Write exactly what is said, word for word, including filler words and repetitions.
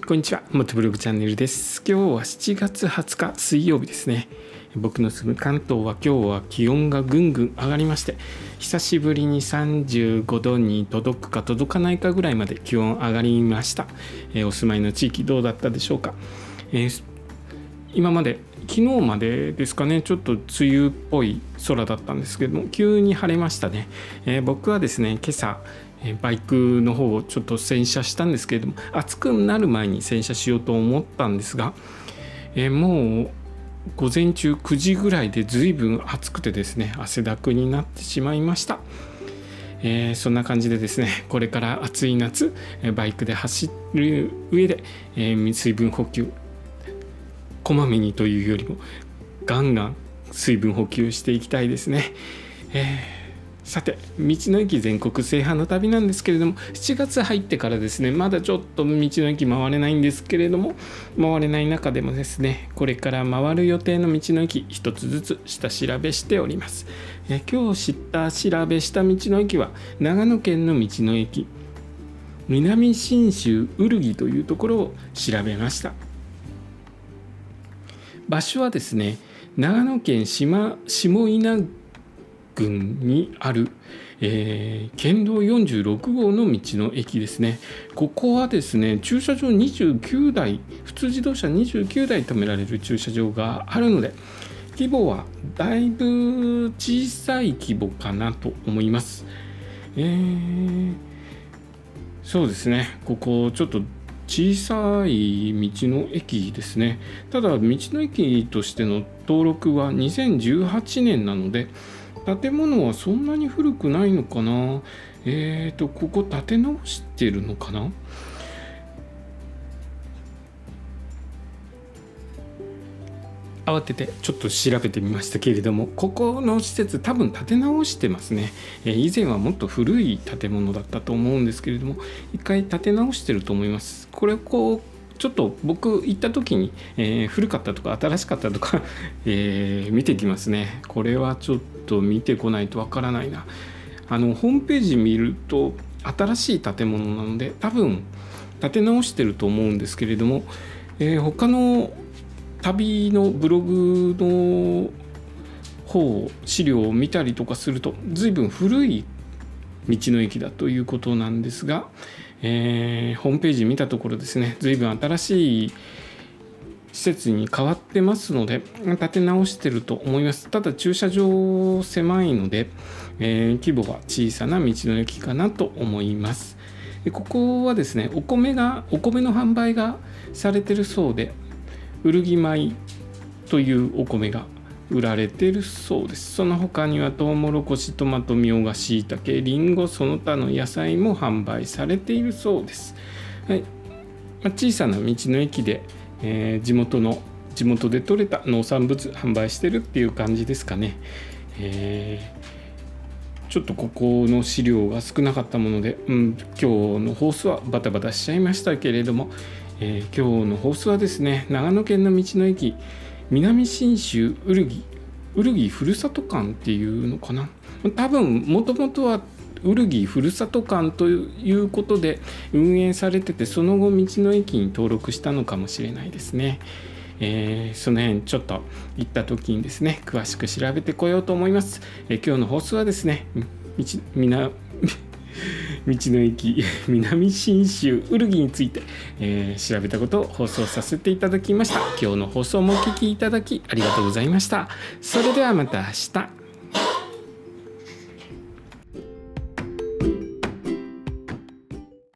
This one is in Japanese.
こんにちは、元ブログチャンネルです。今日はしちがつはつか水曜日ですね。僕の住む関東は今日は気温がぐんぐん上がりまして、久しぶりにさんじゅうごどに届くか届かないかぐらいまで気温上がりました。えー、お住まいの地域どうだったでしょうか。えー、今まで昨日までですかね、ちょっと梅雨っぽい空だったんですけども、急に晴れましたね。えー、僕はですね、今朝バイクの方をちょっと洗車したんですけれども、暑くなる前に洗車しようと思ったんですが、えー、もう午前中くじぐらいで随分暑くてですね、汗だくになってしまいました。えー、そんな感じでですね、これから暑い夏バイクで走る上で、えー、水分補給こまめにというよりもガンガン水分補給していきたいですね。えーさて、道の駅全国制覇の旅なんですけれども、しちがつ入ってからですね、まだちょっと道の駅回れないんですけれども、回れない中でもですね、これから回る予定の道の駅一つずつ下調べしております。え今日知った調べした道の駅は長野県の道の駅南信州ウルギというところを調べました。場所はですね、長野県下下稲郡にある、えー、県道よんじゅうろくごうの道の駅ですね。ここはですね、駐車場にじゅうきゅうだい、普通自動車にじゅうきゅうだい止められる駐車場があるので、規模はだいぶ小さい規模かなと思います。えー、そうですね、ここちょっと小さい道の駅ですね。ただ道の駅としての登録はにせんじゅうはちねんなので、建物はそんなに古くないのかな。えーと、ここ建て直してるのかな。慌ててちょっと調べてみましたけれども、ここの施設多分建て直してますね。えー、以前はもっと古い建物だったと思うんですけれども、一回建て直してると思います。これこうちょっと僕行った時に、えー、古かったとか新しかったとか、えー、見てきますね。これはちょっと見てこないとわからないな。あのホームページ見ると新しい建物なので多分建て直してると思うんですけれども、えー、他の旅のブログの方資料を見たりとかすると随分古い道の駅だということなんですが、えー、ホームページ見たところですね、随分新しい施設に変わってますので建て直してると思います。ただ駐車場狭いので、えー、規模は小さな道の駅かなと思います。でここはですね、お米がお米の販売がされてるそうで、うるぎ米というお米が売られているそうです。その他にはトウモロコシ、トマト、みょうが、しいたけ、りんご、その他の野菜も販売されているそうです。はい、まあ、小さな道の駅で、えー、地元の地元で採れた農産物販売してるっていう感じですかね。えー、ちょっとここの資料が少なかったもので、うん、今日の放送はバタバタしちゃいましたけれども、えー、今日の放送はですね、長野県の道の駅南信州ウルギウルギふるさと館っていうのかな。多分もともとはウルギふるさと館ということで運営されてて、その後道の駅に登録したのかもしれないですね。えー、その辺ちょっと行った時にですね、詳しく調べてこようと思います。えー、今日の放送はですね、みちみな道の駅南信州ウルギについて、えー、調べたことを放送させていただきました。今日の放送もお聞きいただきありがとうございました。それではまた明日。